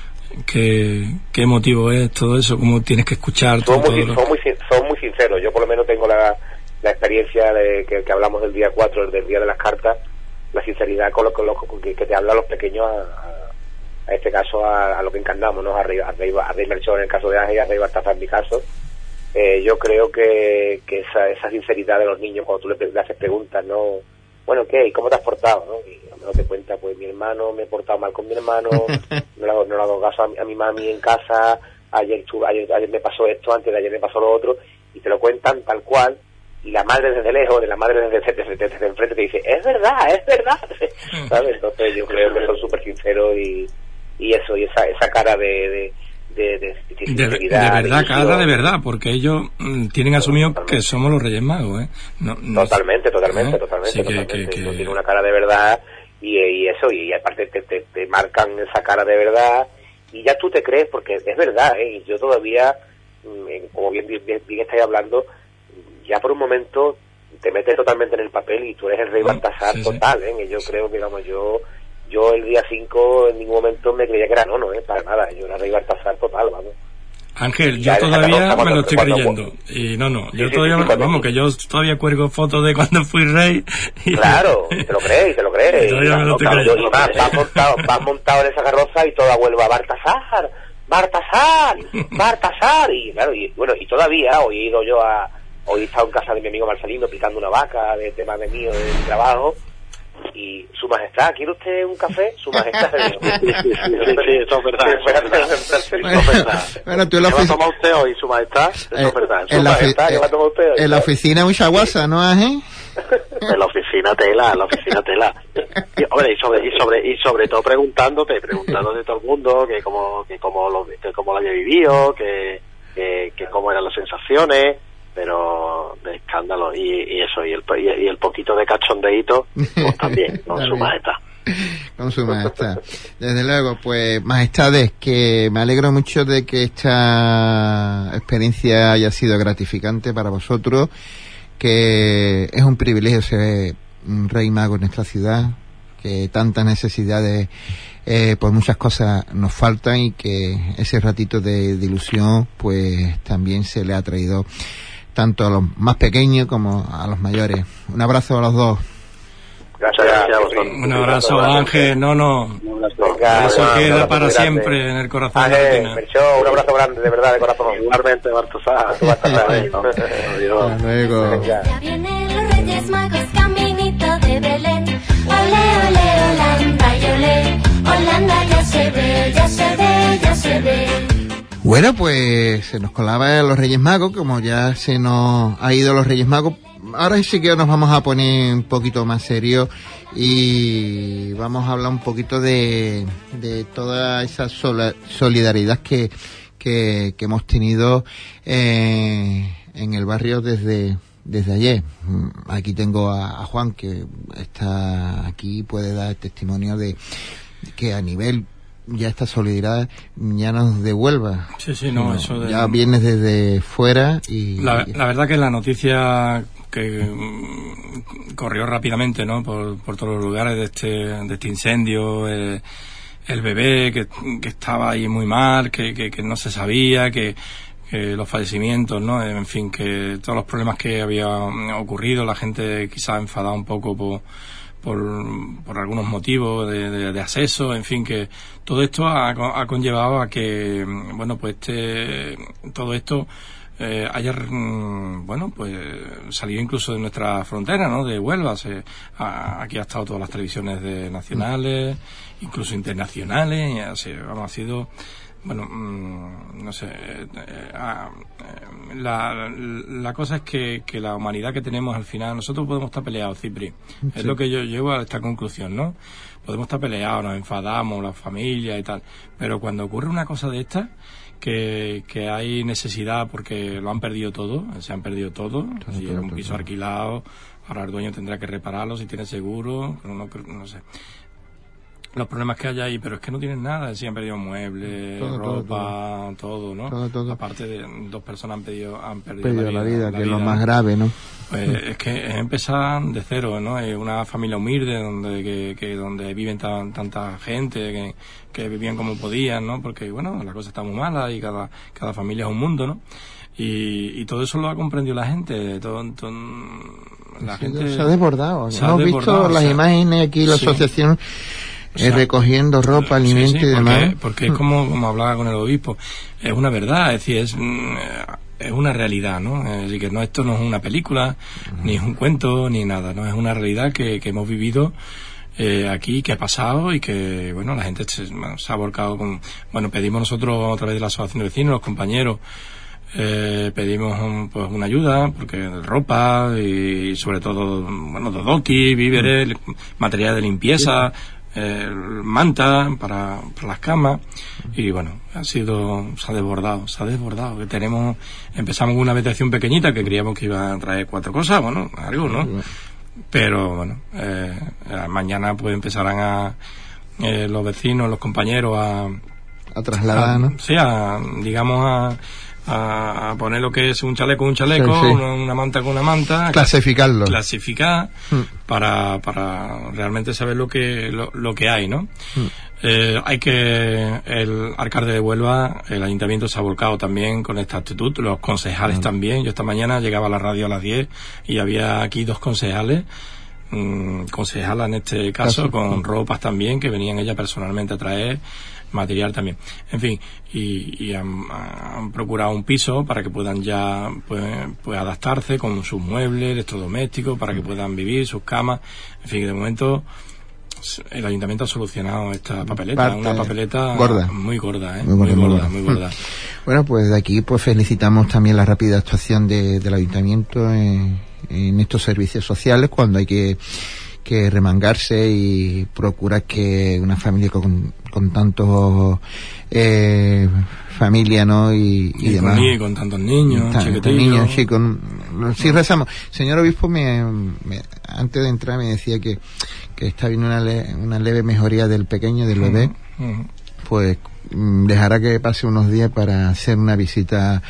qué, qué motivo es todo eso, cómo tienes que escuchar? Son todo, muy, todo son muy, son muy sinceros, yo por lo menos tengo la la experiencia de que, que hablamos del día cuatro, del día de las cartas, la sinceridad con lo, con lo que, que te hablan los pequeños, a, a, a este caso a, a lo que encarnamos, ¿no? A Rey, a Rey, a Rey Melchor en el caso de Ángel y a Rey Baltasar en mi caso. Eh, yo creo que, que esa, esa sinceridad de los niños cuando tú le, le haces preguntas, ¿no? Bueno, ¿qué? ¿Y cómo te has portado? ¿No? Y a lo mejor te cuenta, pues mi hermano, me he portado mal con mi hermano, no le hago, no le hago caso a mi, a mi mami en casa, ayer, ayer, ayer me pasó esto, antes de ayer me pasó lo otro, y te lo cuentan tal cual. Y la madre desde lejos, de la madre desde, desde, desde, desde enfrente te dice, es verdad, es verdad, ¿sabes? Entonces yo creo que son súper sinceros y, y eso, y esa esa cara de de de, de, de, de, de verdad, cara de verdad, porque ellos mm, tienen asumido totalmente. Que somos los Reyes Magos, ¿eh? No, no totalmente, totalmente, ¿eh? totalmente, sí, totalmente. Que, que, que... Tienen una cara de verdad y, y eso, y aparte te, te, te marcan esa cara de verdad y ya tú te crees, porque es verdad, ¿eh? Y yo todavía, como bien, bien, bien estáis hablando, ya por un momento te metes totalmente en el papel y tú eres el Rey Baltasar, sí, total, ¿eh? Yo creo que, digamos, yo yo el día cinco en ningún momento me creía que era nono, ¿eh? Para nada, yo era Rey Baltasar total, vamos. Ángel, yo todavía me lo estoy creyendo. Y no, no, yo sí, todavía, sí, sí, vamos, cuando... que yo todavía cuelgo fotos de cuando fui rey. Y... Claro, te lo crees, te lo crees. Y todavía me lo estoy creyendo. Y vas, vas, montado, vas montado en esa carroza y toda vuelve a Baltasar, Baltasar, Baltasar. Y claro, y bueno, y todavía hoy he ido yo a... Hoy he estado en casa de mi amigo Marcelino picando una vaca de tema de mío, de mi trabajo, y su majestad, ¿quiere usted un café? Su majestad. Sí, sí, sí, sí, eso es verdad. Eso es verdad. Bueno, tú en la oficina... ¿Qué va a tomar usted hoy, su majestad? Eso es verdad. Su majestad, ¿qué va a tomar usted hoy? En la oficina mucha guasa, ¿no, Ángel? En la oficina tela, en la oficina tela. Y, hombre, y sobre, y sobre, y sobre todo preguntándote, preguntándote todo el mundo, que cómo, que cómo lo, que cómo lo había vivido, que, que, que cómo eran las sensaciones, pero de escándalo, y, y eso, y el, y, y el poquito de cachondeíto, pues también, con su majestad. Con su majestad. Desde luego, pues, majestades, que me alegro mucho de que esta experiencia haya sido gratificante para vosotros, que es un privilegio ser un rey mago en nuestra ciudad, que tantas necesidades eh, por muchas cosas nos faltan, y que ese ratito de, de ilusión pues también se le ha traído tanto a los más pequeños como a los mayores. Un abrazo a los dos. Gracias, gracias a vosotros. Un abrazo, Ángel. No, no. Un abrazo. Venga, eso no, queda no, para grande. Siempre en el corazón. Ángel, Melchor, un abrazo grande, de verdad, de corazón. Igualmente, Baltasar. Hasta luego. Ya vienen los Reyes Magos, caminito de Belén. Ole, ole, Holanda, y ole, Holanda ya se ve, ya se ve, ya se ve. Bueno, pues se nos colaba los Reyes Magos, como ya se nos ha ido los Reyes Magos. Ahora sí que nos vamos a poner un poquito más serios y vamos a hablar un poquito de, de toda esa sola, solidaridad que, que, que hemos tenido eh, en el barrio desde, desde ayer. Aquí tengo a, a Juan, que está aquí y puede dar testimonio de, de que a nivel ya esta solidaridad ya nos devuelva. Sí, sí, no, eso de... Ya vienes desde fuera y... La, la verdad que la noticia que mm, corrió rápidamente, ¿no? Por, por todos los lugares de este, de este incendio, eh, el bebé que, que estaba ahí muy mal, que, que, que no se sabía, que, que los fallecimientos, ¿no? En fin, que todos los problemas que había ocurrido, la gente quizá enfadada un poco por, por, por algunos motivos de, de, de acceso, en fin, que todo esto ha, ha conllevado a que, bueno, pues este, todo esto eh, haya, bueno, pues salido incluso de nuestra frontera, ¿no? De Huelva. Se, a, aquí ha estado todas las televisiones de nacionales, incluso internacionales, y así, vamos, ha sido, bueno, mmm, no sé, eh, eh, eh, la, la cosa es que, que la humanidad que tenemos al final, nosotros podemos estar peleados, Cipri, sí. Es lo que yo llevo a esta conclusión, ¿no? Podemos estar peleados, nos enfadamos, la familia y tal, pero cuando ocurre una cosa de esta, que, que hay necesidad porque lo han perdido todo, se han perdido todo, todo si era un piso todo. Alquilado, ahora el dueño tendrá que repararlo si tiene seguro, no, no, no sé. Los problemas que hay ahí, pero es que no tienen nada, sí han perdido muebles, todo, ropa, todo, todo. todo ¿no? Todo, todo. Aparte de dos personas han perdido, han perdido, perdido la, vida, la vida, la que vida, es lo más grave, ¿no? Pues es que es empezar de cero, ¿no? Es una familia humilde donde que, que donde viven tan, tanta gente que, que vivían como podían, ¿no? Porque bueno, la cosa está muy mala y cada cada familia es un mundo, ¿no? Y, y todo eso lo ha comprendido la gente, todo, todo la sí, gente se ha desbordado. Se ha Hemos desbordado, visto las sea, imágenes aquí, la sí. asociación. O sea, eh, recogiendo ropa, alimentos sí, sí, y demás. Porque, porque es como, como hablaba con el obispo, es una verdad, es decir, es, es una realidad, ¿no? Es decir, que no, esto no es una película, uh-huh. ni es un cuento, ni nada, ¿no? Es una realidad que, que hemos vivido eh, aquí, que ha pasado y que, bueno, la gente se, se ha volcado con... Bueno, pedimos nosotros a través de la asociación de vecinos, los compañeros, Eh, pedimos un, pues una ayuda porque ropa y sobre todo bueno dodoti, víveres, uh-huh. material de limpieza, eh, manta para, para las camas y bueno, ha sido, se ha desbordado, se ha desbordado, que tenemos, empezamos con una habitación pequeñita que creíamos que iba a traer cuatro cosas, bueno, algo, ¿no? Pero bueno, eh, mañana pues empezarán a eh, los vecinos, los compañeros a a trasladar, a, ¿no? Sí, a, digamos a A, a poner lo que es un chaleco un chaleco, sí, sí. Una, una manta con una manta, clasificarlo, clasificar mm. para para realmente saber lo que lo, lo que hay, ¿no? Mm. Eh, hay que el alcalde de Huelva, el ayuntamiento se ha volcado también con esta actitud, los concejales mm. también. Yo esta mañana llegaba a la radio a las diez y había aquí dos concejales, mmm, concejala en este caso, Caso. con ropas también que venían ellas personalmente a traer material también, en fin, y, y han, han procurado un piso para que puedan ya pues, pues adaptarse con sus muebles, electrodomésticos, para que puedan vivir, sus camas, en fin, de momento el ayuntamiento ha solucionado esta papeleta, Parte una papeleta gorda. muy gorda, ¿eh? muy, gorda, muy, gorda, muy gorda, muy gorda. Bueno, pues de aquí pues felicitamos también la rápida actuación de, del ayuntamiento en, en estos servicios sociales cuando hay que que remangarse y procurar que una familia con, con tantos eh, familia, ¿no? Y, y, y demás. Con, y con tantos niños, tantos niños, sí, con, sí rezamos. Señor obispo, me, me, antes de entrar me decía que, que está viendo una, le, una leve mejoría del pequeño, del bebé. Uh-huh. Uh-huh. Pues dejará que pase unos días para hacer una visita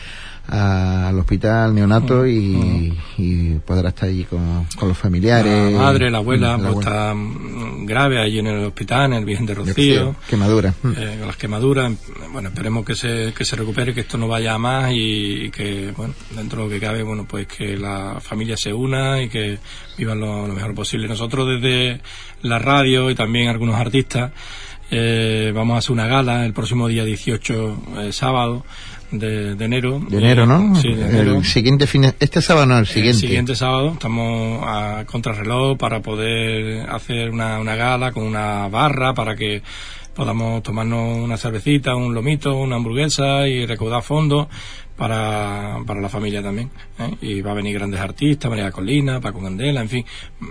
a, al hospital neonato y, uh-huh. y podrá estar allí con, con los familiares. La madre, la abuela, la pues abuela. Está grave allí en el hospital, en el Virgen de Rocío. Quemadura. Eh, con las quemaduras. Bueno, esperemos que se, que se recupere, que esto no vaya a más y, y que, bueno, dentro de lo que cabe, bueno, pues que la familia se una y que vivan lo, lo mejor posible. Nosotros desde la radio y también algunos artistas eh, vamos a hacer una gala el próximo día dieciocho, eh, sábado, De, de enero. De enero, ¿no? Sí, de enero. El siguiente fin, este sábado no, el siguiente. El siguiente sábado estamos a contrarreloj para poder hacer una, una gala con una barra para que podamos tomarnos una cervecita, un lomito, una hamburguesa y recaudar fondos para, para la familia también, ¿eh? Y va a venir grandes artistas, María Colina, Paco Candela, en fin,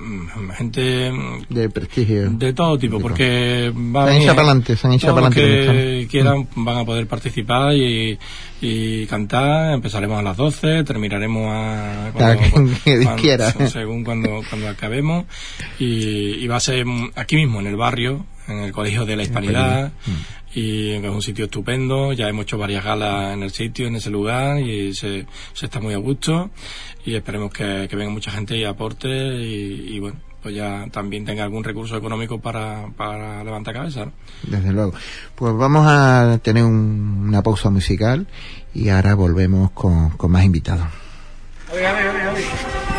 gente de prestigio, de todo tipo, tipo. porque va a venir, se han para adelante, se han hecho para adelante, que quieran mm. van a poder participar y, y cantar. Empezaremos a las doce, terminaremos a cuando, cuando, cuando, según cuando cuando acabemos y, y va a ser aquí mismo en el barrio, en el Colegio de la Hispanidad, y es un sitio estupendo. Ya hemos hecho varias galas en el sitio, en ese lugar, y se, se está muy a gusto, y esperemos que, que venga mucha gente y aporte, y, y bueno, pues ya también tenga algún recurso económico para, para levantar cabeza, ¿no? Desde luego. Pues vamos a tener un, una pausa musical y ahora volvemos con, con más invitados. A ver, a ver, a ver, a ver.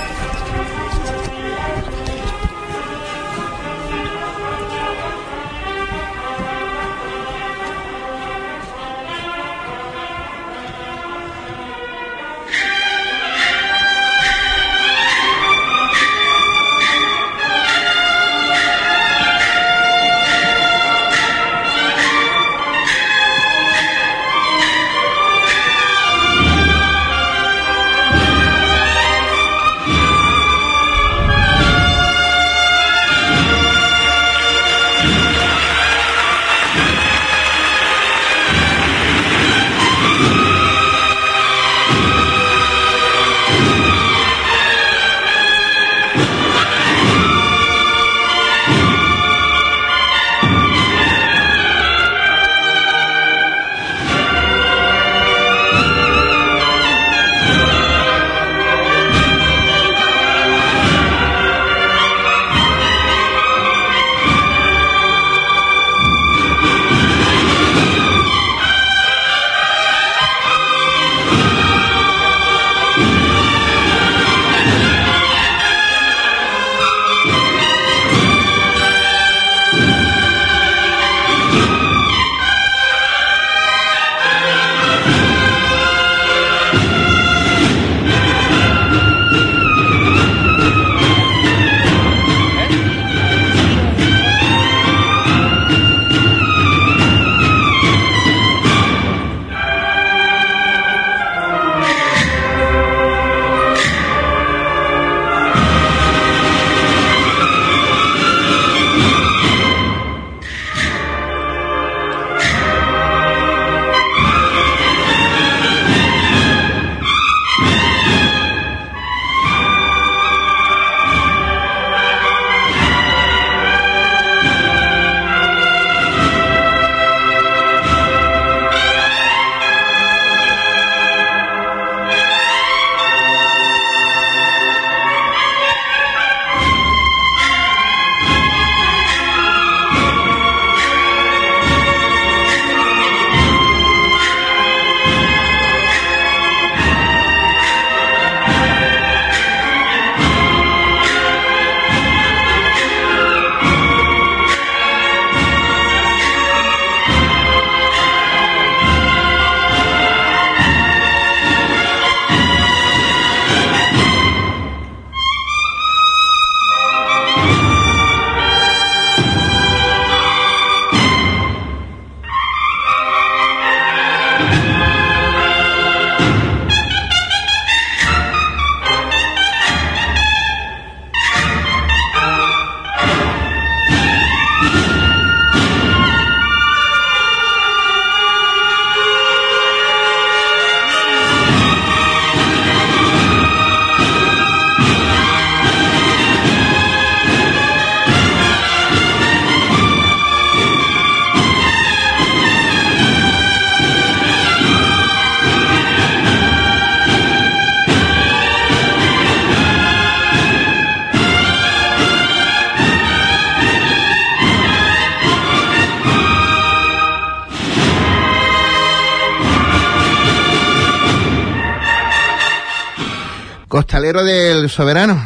Costalero del Soberano,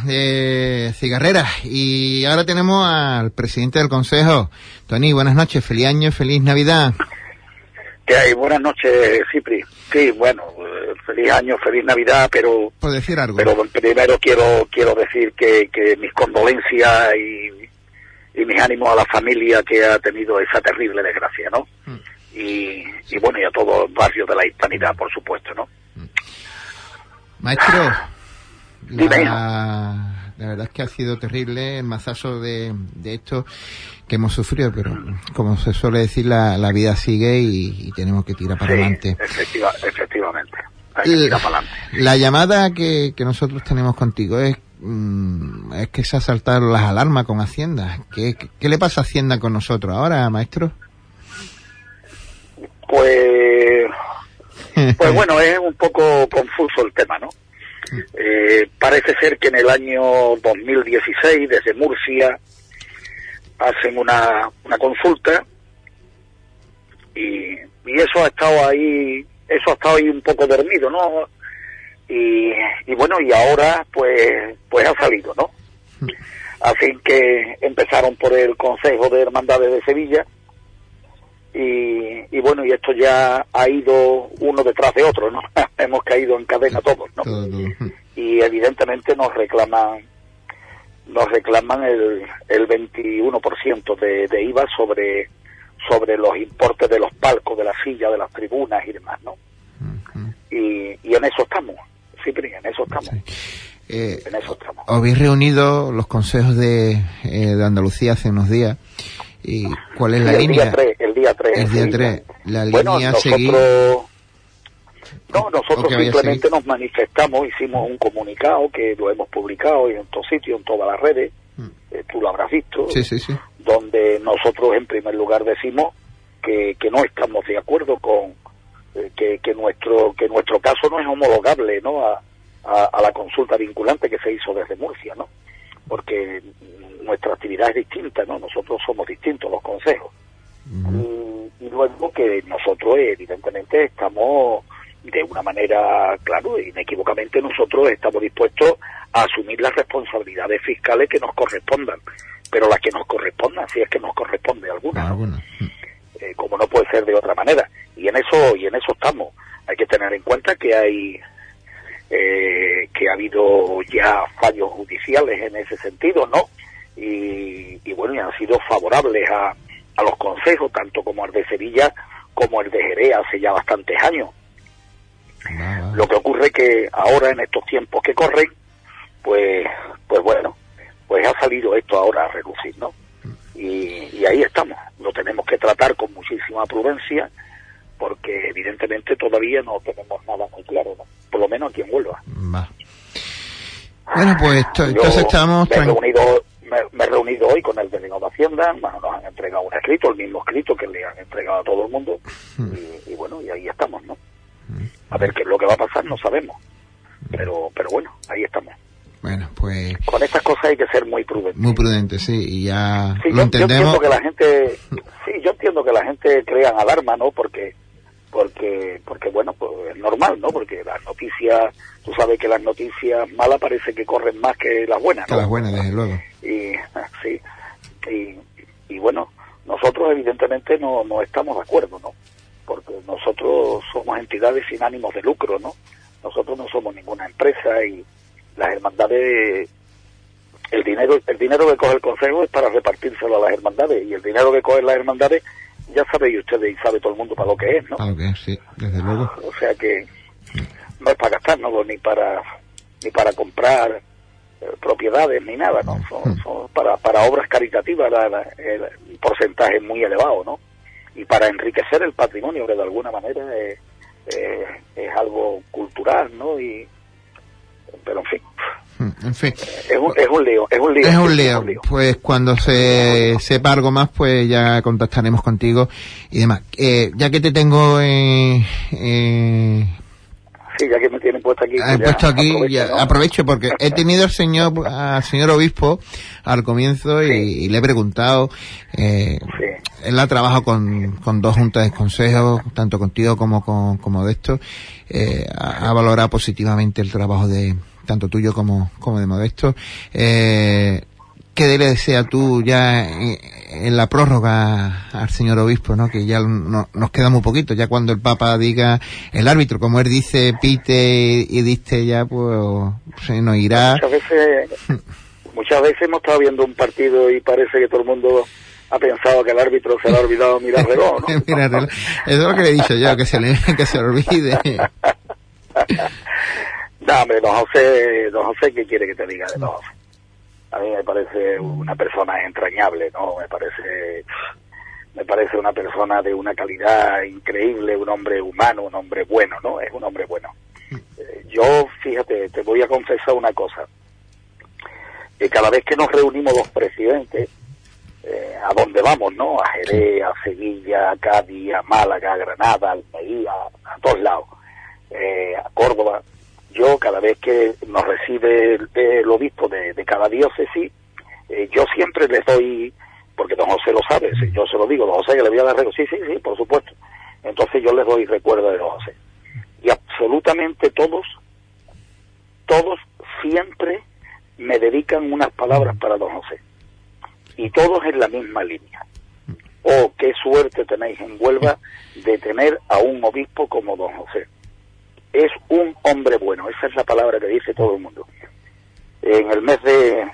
de Cigarreras. Y ahora tenemos al presidente del Consejo. Tony, buenas noches, feliz año, feliz Navidad. ¿Qué hay? Buenas noches, Cipri. Sí, bueno, eh, feliz año, feliz Navidad, pero... ¿Por decir algo? Pero primero quiero quiero decir que, que mis condolencias y, y mis ánimos a la familia que ha tenido esa terrible desgracia, ¿no? Mm. Y, y bueno, y a todos los barrios de la Hispanidad, por supuesto, ¿no? Mm. Maestro... La, la verdad es que ha sido terrible el mazazo de, de esto que hemos sufrido, pero como se suele decir, la, la vida sigue y, y tenemos que tirar para sí, adelante. Efectiva, efectivamente, hay que tirar para adelante. La llamada que, que nosotros tenemos contigo es, mm, es que se ha saltado las alarmas con Hacienda. ¿Qué, qué, qué le pasa a Hacienda con nosotros ahora, maestro? Pues, pues bueno, es un poco confuso el tema, ¿no? Eh, parece ser que en el año dos mil dieciséis, desde Murcia, hacen una, una consulta y, y eso ha estado ahí, eso ha estado ahí un poco dormido, ¿no? Y, y bueno, y ahora pues, pues ha salido, ¿no? Así que empezaron por el Consejo de Hermandades de Sevilla y, y bueno, y esto ya ha ido uno detrás de otro, ¿no? Hemos caído en cadena todos, ¿no? Todo, todo. Y evidentemente nos reclaman nos reclaman el, el veintiuno por ciento de, de I V A sobre sobre los importes de los palcos, de las sillas, de las tribunas y demás, ¿no? Uh-huh. Y, y en eso estamos, sí, en eso estamos. Sí. Eh, en eso estamos. Habéis reunido los consejos de, eh, de Andalucía hace unos días. ¿Y cuál es sí, la el línea? Día tres, el día tres. El día tres. La bueno, línea a nosotros, seguir. No, nosotros simplemente nos manifestamos, hicimos un comunicado que lo hemos publicado en todos sitios, en todas las redes, mm. eh, tú lo habrás visto, sí, sí, sí. donde nosotros en primer lugar decimos que, que no estamos de acuerdo con eh, que, que nuestro que nuestro caso no es homologable, ¿no? A, a, a la consulta vinculante que se hizo desde Murcia, ¿no? Porque nuestra actividad es distinta, ¿no? Nosotros somos distintos los consejos. Mm. Y, y luego que nosotros evidentemente estamos de una manera, claro, inequívocamente nosotros estamos dispuestos a asumir las responsabilidades fiscales que nos correspondan, pero las que nos correspondan, si es que nos corresponde alguna, ¿alguna? Eh, como no puede ser de otra manera, y en eso y en eso estamos. Hay que tener en cuenta que hay eh, que ha habido ya fallos judiciales en ese sentido, ¿no? Y, y bueno, y han sido favorables a, a los consejos, tanto como el de Sevilla como el de Jerez hace ya bastantes años. Ah, lo que ocurre que ahora en estos tiempos que corren, pues pues bueno, pues ha salido esto ahora a relucir, ¿no? Y, y ahí estamos, lo tenemos que tratar con muchísima prudencia, porque evidentemente todavía no tenemos nada muy claro, ¿no? Por lo menos aquí en Huelva. Va. Bueno, pues to, entonces estamos... Me he, reunido, me, me he reunido hoy con el delegado de Hacienda, bueno, nos han entregado un escrito, el mismo escrito que le han entregado a todo el mundo, hmm. y, y bueno, y ahí estamos, ¿no? A ver qué es lo que va a pasar, no sabemos. Pero pero bueno, ahí estamos. Bueno, pues... Con estas cosas hay que ser muy prudentes. Muy prudentes, sí, y ya sí, lo yo, entendemos. Yo entiendo que la gente... Sí, yo entiendo que la gente crea en alarma, ¿no? Porque, porque, porque bueno, pues es normal, ¿no? Porque las noticias... Tú sabes que las noticias malas parece que corren más que las buenas, ¿no? Que las buenas, desde luego. Y, sí, y, y bueno, nosotros evidentemente no, no estamos de acuerdo, ¿no? Porque nosotros somos entidades sin ánimos de lucro, ¿no? Nosotros no somos ninguna empresa y las hermandades, el dinero el dinero que coge el Consejo es para repartírselo a las hermandades, y el dinero que cogen las hermandades, ya sabéis ustedes y sabe todo el mundo para lo que es, ¿no? Para lo que es, sí, desde luego. O sea que no es para gastarnos ni para ni para comprar eh, propiedades ni nada, ¿no? Son, son para, para obras caritativas, la, la, el, el porcentaje es muy elevado, ¿no? Y para enriquecer el patrimonio, que de alguna manera es, es, es algo cultural, ¿no? Y pero en fin, en fin, es un, es un lío, es un lío. Es un lío. Es un lío. Pues cuando se sepa algo más, pues ya contactaremos contigo y demás. Eh, ya que te tengo eh, eh, sí, ya que me tienen puesto aquí, pues puesto aquí aprovecho, ya, ¿no? aprovecho porque he tenido al señor al señor obispo al comienzo y, sí. y le he preguntado. Eh, sí. Él ha trabajado con, con dos juntas de consejo, tanto contigo como con como de esto. Eh, ha, ha valorado positivamente el trabajo de tanto tuyo como como de Modesto. Eh, ¿Qué le desea tú ya en, en la prórroga al señor obispo, no? Que ya no, nos queda muy poquito, ya cuando el Papa diga el árbitro, como él dice, pite y diste ya, pues se nos irá. Muchas veces, muchas veces hemos estado viendo un partido y parece que todo el mundo ha pensado que el árbitro se le ha olvidado mirar reloj, ¿no? Mira, reloj. Eso es lo que le he dicho yo, que se le que se olvide. No, hombre, don José, don José, ¿qué quiere que te diga de don José? A mí me parece una persona entrañable, ¿no? Me parece, me parece una persona de una calidad increíble, un hombre humano, un hombre bueno, ¿no? Es un hombre bueno. Eh, yo, fíjate, te voy a confesar una cosa. Que cada vez que nos reunimos los presidentes, eh, a dónde vamos, ¿no? A Jerez, a Sevilla, a Cádiz, a Málaga, a Granada, a Almería, a todos lados, eh, a Córdoba, yo cada vez que nos recibe el, el obispo de, de cada diócesis, eh, yo siempre les doy, porque don José lo sabe, si yo se lo digo, don José, que le voy a dar recuerdo, sí, sí, sí, por supuesto. Entonces yo les doy recuerdo de don José. Y absolutamente todos, todos siempre me dedican unas palabras para don José. Y todos en la misma línea. Oh, qué suerte tenéis en Huelva de tener a un obispo como don José. Es un hombre bueno, esa es la palabra que dice todo el mundo. En el mes de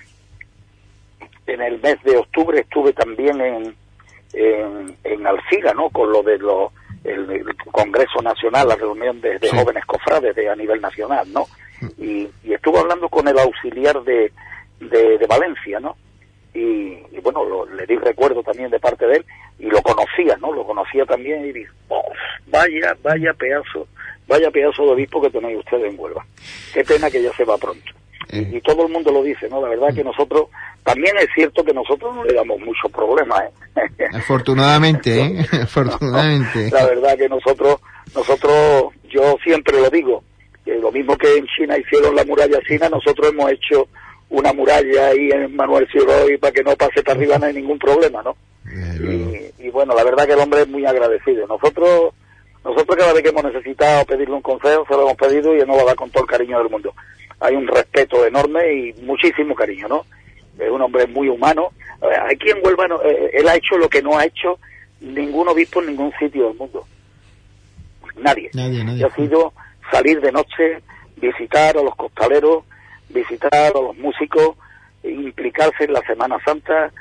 en el mes de octubre estuve también en en, en Alcira, ¿no? Con lo de lo, el, el Congreso Nacional, la reunión de, de sí. jóvenes cofrades de, a nivel nacional, ¿no? Y, y estuve hablando con el auxiliar de, de, de Valencia, ¿no? Y, y bueno, lo, le di recuerdo también de parte de él, y lo conocía, ¿no? Lo conocía también y dije, oh, vaya, vaya pedazo, vaya pedazo de obispo que tenéis ustedes en Huelva. Qué pena que ya se va pronto. Eh. Y, y todo el mundo lo dice, ¿no? La verdad que nosotros, también es cierto que nosotros no le damos muchos problemas, ¿eh? Afortunadamente, ¿eh? Afortunadamente. La verdad que nosotros, nosotros, yo siempre lo digo, que lo mismo que en China hicieron la muralla china, nosotros hemos hecho una muralla ahí en Manuel Ciudad y para que no pase para arriba no hay ningún problema, ¿no? Y, y bueno, la verdad que el hombre es muy agradecido. Nosotros nosotros cada vez que hemos necesitado pedirle un consejo, se lo hemos pedido y él nos lo da con todo el cariño del mundo. Hay un respeto enorme y muchísimo cariño, ¿no? Es un hombre muy humano. Aquí en Huelva no, eh, él ha hecho lo que no ha hecho ningún obispo en ningún sitio del mundo. Nadie. Nadie, nadie. Y ha sido salir de noche, visitar a los costaleros, visitar a los músicos, implicarse en la Semana Santa.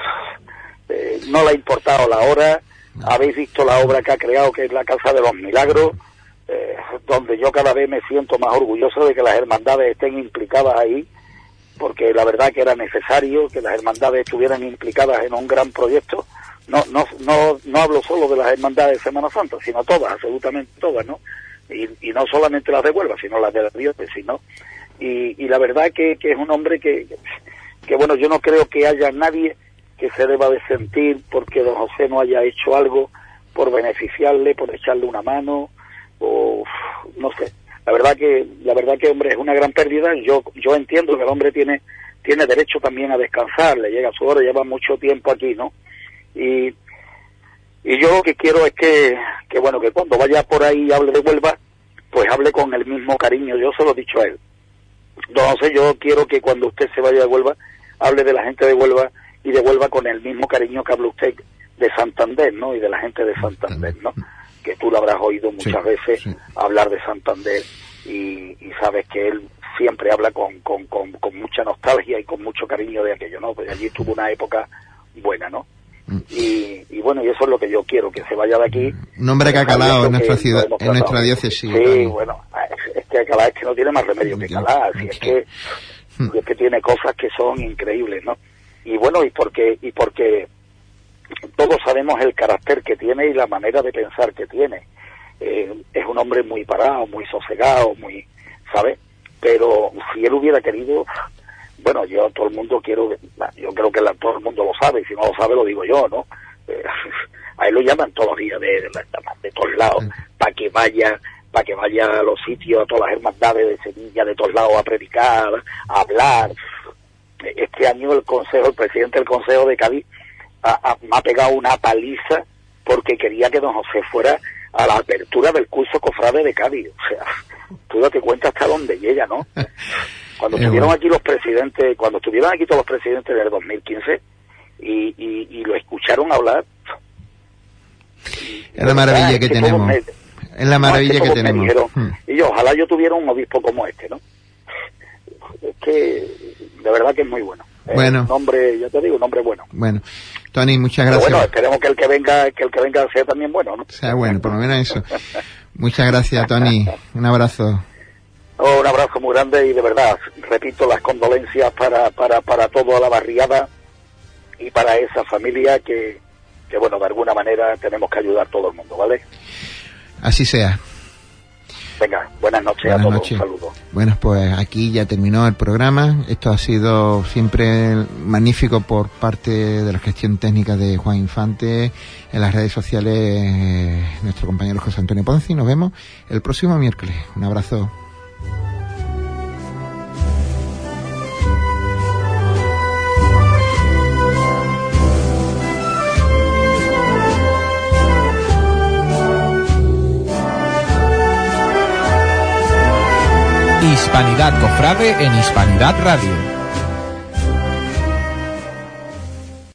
Eh, no le ha importado la hora. No. Habéis visto la obra que ha creado, que es la Casa de los Milagros, eh, donde yo cada vez me siento más orgulloso de que las hermandades estén implicadas ahí, porque la verdad que era necesario que las hermandades estuvieran implicadas en un gran proyecto. No, no, no, no hablo solo de las hermandades de Semana Santa, sino todas, absolutamente todas, ¿no? Y, y no solamente las de Huelva, sino las de la diócesis, ¿no? Y, y la verdad que, que es un hombre que, que, que, bueno, yo no creo que haya nadie que se deba de sentir porque don José no haya hecho algo por beneficiarle, por echarle una mano, o no sé. La verdad que, la verdad que, hombre, es una gran pérdida. Yo, yo entiendo que el hombre tiene, tiene derecho también a descansar, le llega su hora, lleva mucho tiempo aquí, ¿no? Y, y yo lo que quiero es que, que bueno, que cuando vaya por ahí y hable de Huelva, pues hable con el mismo cariño. Yo se lo he dicho a él. Don José, yo quiero que cuando usted se vaya de Huelva, hable de la gente de Huelva y de Huelva con el mismo cariño que habla usted de Santander, ¿no? Y de la gente de Santander, ¿no? Que tú lo habrás oído muchas sí, veces sí. hablar de Santander y, y sabes que él siempre habla con, con, con, con mucha nostalgia y con mucho cariño de aquello, ¿no? Pues allí tuvo una época buena, ¿no? Y, y bueno, y eso es lo que yo quiero, que se vaya de aquí. Un hombre que ha calado en nuestra ciudad, en nuestra diócesis. Sí, claro. Bueno, es que Alcalá es que no tiene más remedio que calar, si es que, si es que tiene cosas que son increíbles, ¿no? Y bueno, y porque, y porque todos sabemos el carácter que tiene y la manera de pensar que tiene. Eh, es un hombre muy parado, muy sosegado, muy, ¿sabes? Pero si él hubiera querido, bueno, yo todo el mundo quiero, yo creo que la, todo el mundo lo sabe, y si no lo sabe lo digo yo, ¿no? Eh, a él lo llaman todos los días de, de, de todos lados, para que vaya, para que vaya a los sitios, a todas las hermandades de Sevilla, de todos lados, a predicar, a hablar. Este año el consejo, el presidente del consejo de Cádiz a, a, me ha pegado una paliza porque quería que don José fuera a la apertura del curso cofrade de Cádiz. O sea, tú date cuenta hasta dónde llega, ¿no? Cuando estuvieron aquí los presidentes, cuando estuvieron aquí todos los presidentes del dos mil quince y, y, y lo escucharon hablar. Es la maravilla que, que tenemos. Me, es la maravilla no, es que, que tenemos. Dijeron, hmm. Y yo, ojalá yo tuviera un obispo como este, ¿no? Es que de verdad que es muy bueno. Bueno. Un hombre, ya te digo, un hombre bueno. Bueno, Tony, muchas gracias. Pero bueno, esperemos que el que venga, que el que venga sea también bueno, ¿no? Sea bueno, por lo menos eso. Muchas gracias, Tony. Un abrazo. Oh, un abrazo muy grande y de verdad, repito, las condolencias para, para, para toda la barriada y para esa familia que, que, bueno, de alguna manera tenemos que ayudar todo el mundo, ¿vale? Así sea. Venga, buenas noches buenas a todos, noches. Un saludo. Bueno, pues aquí ya terminó el programa. Esto ha sido siempre magnífico por parte de la gestión técnica de Juan Infante. En las redes sociales, eh, nuestro compañero José Antonio Ponce. Nos vemos el próximo miércoles. Un abrazo. Hispanidad Cofrade en Hispanidad Radio.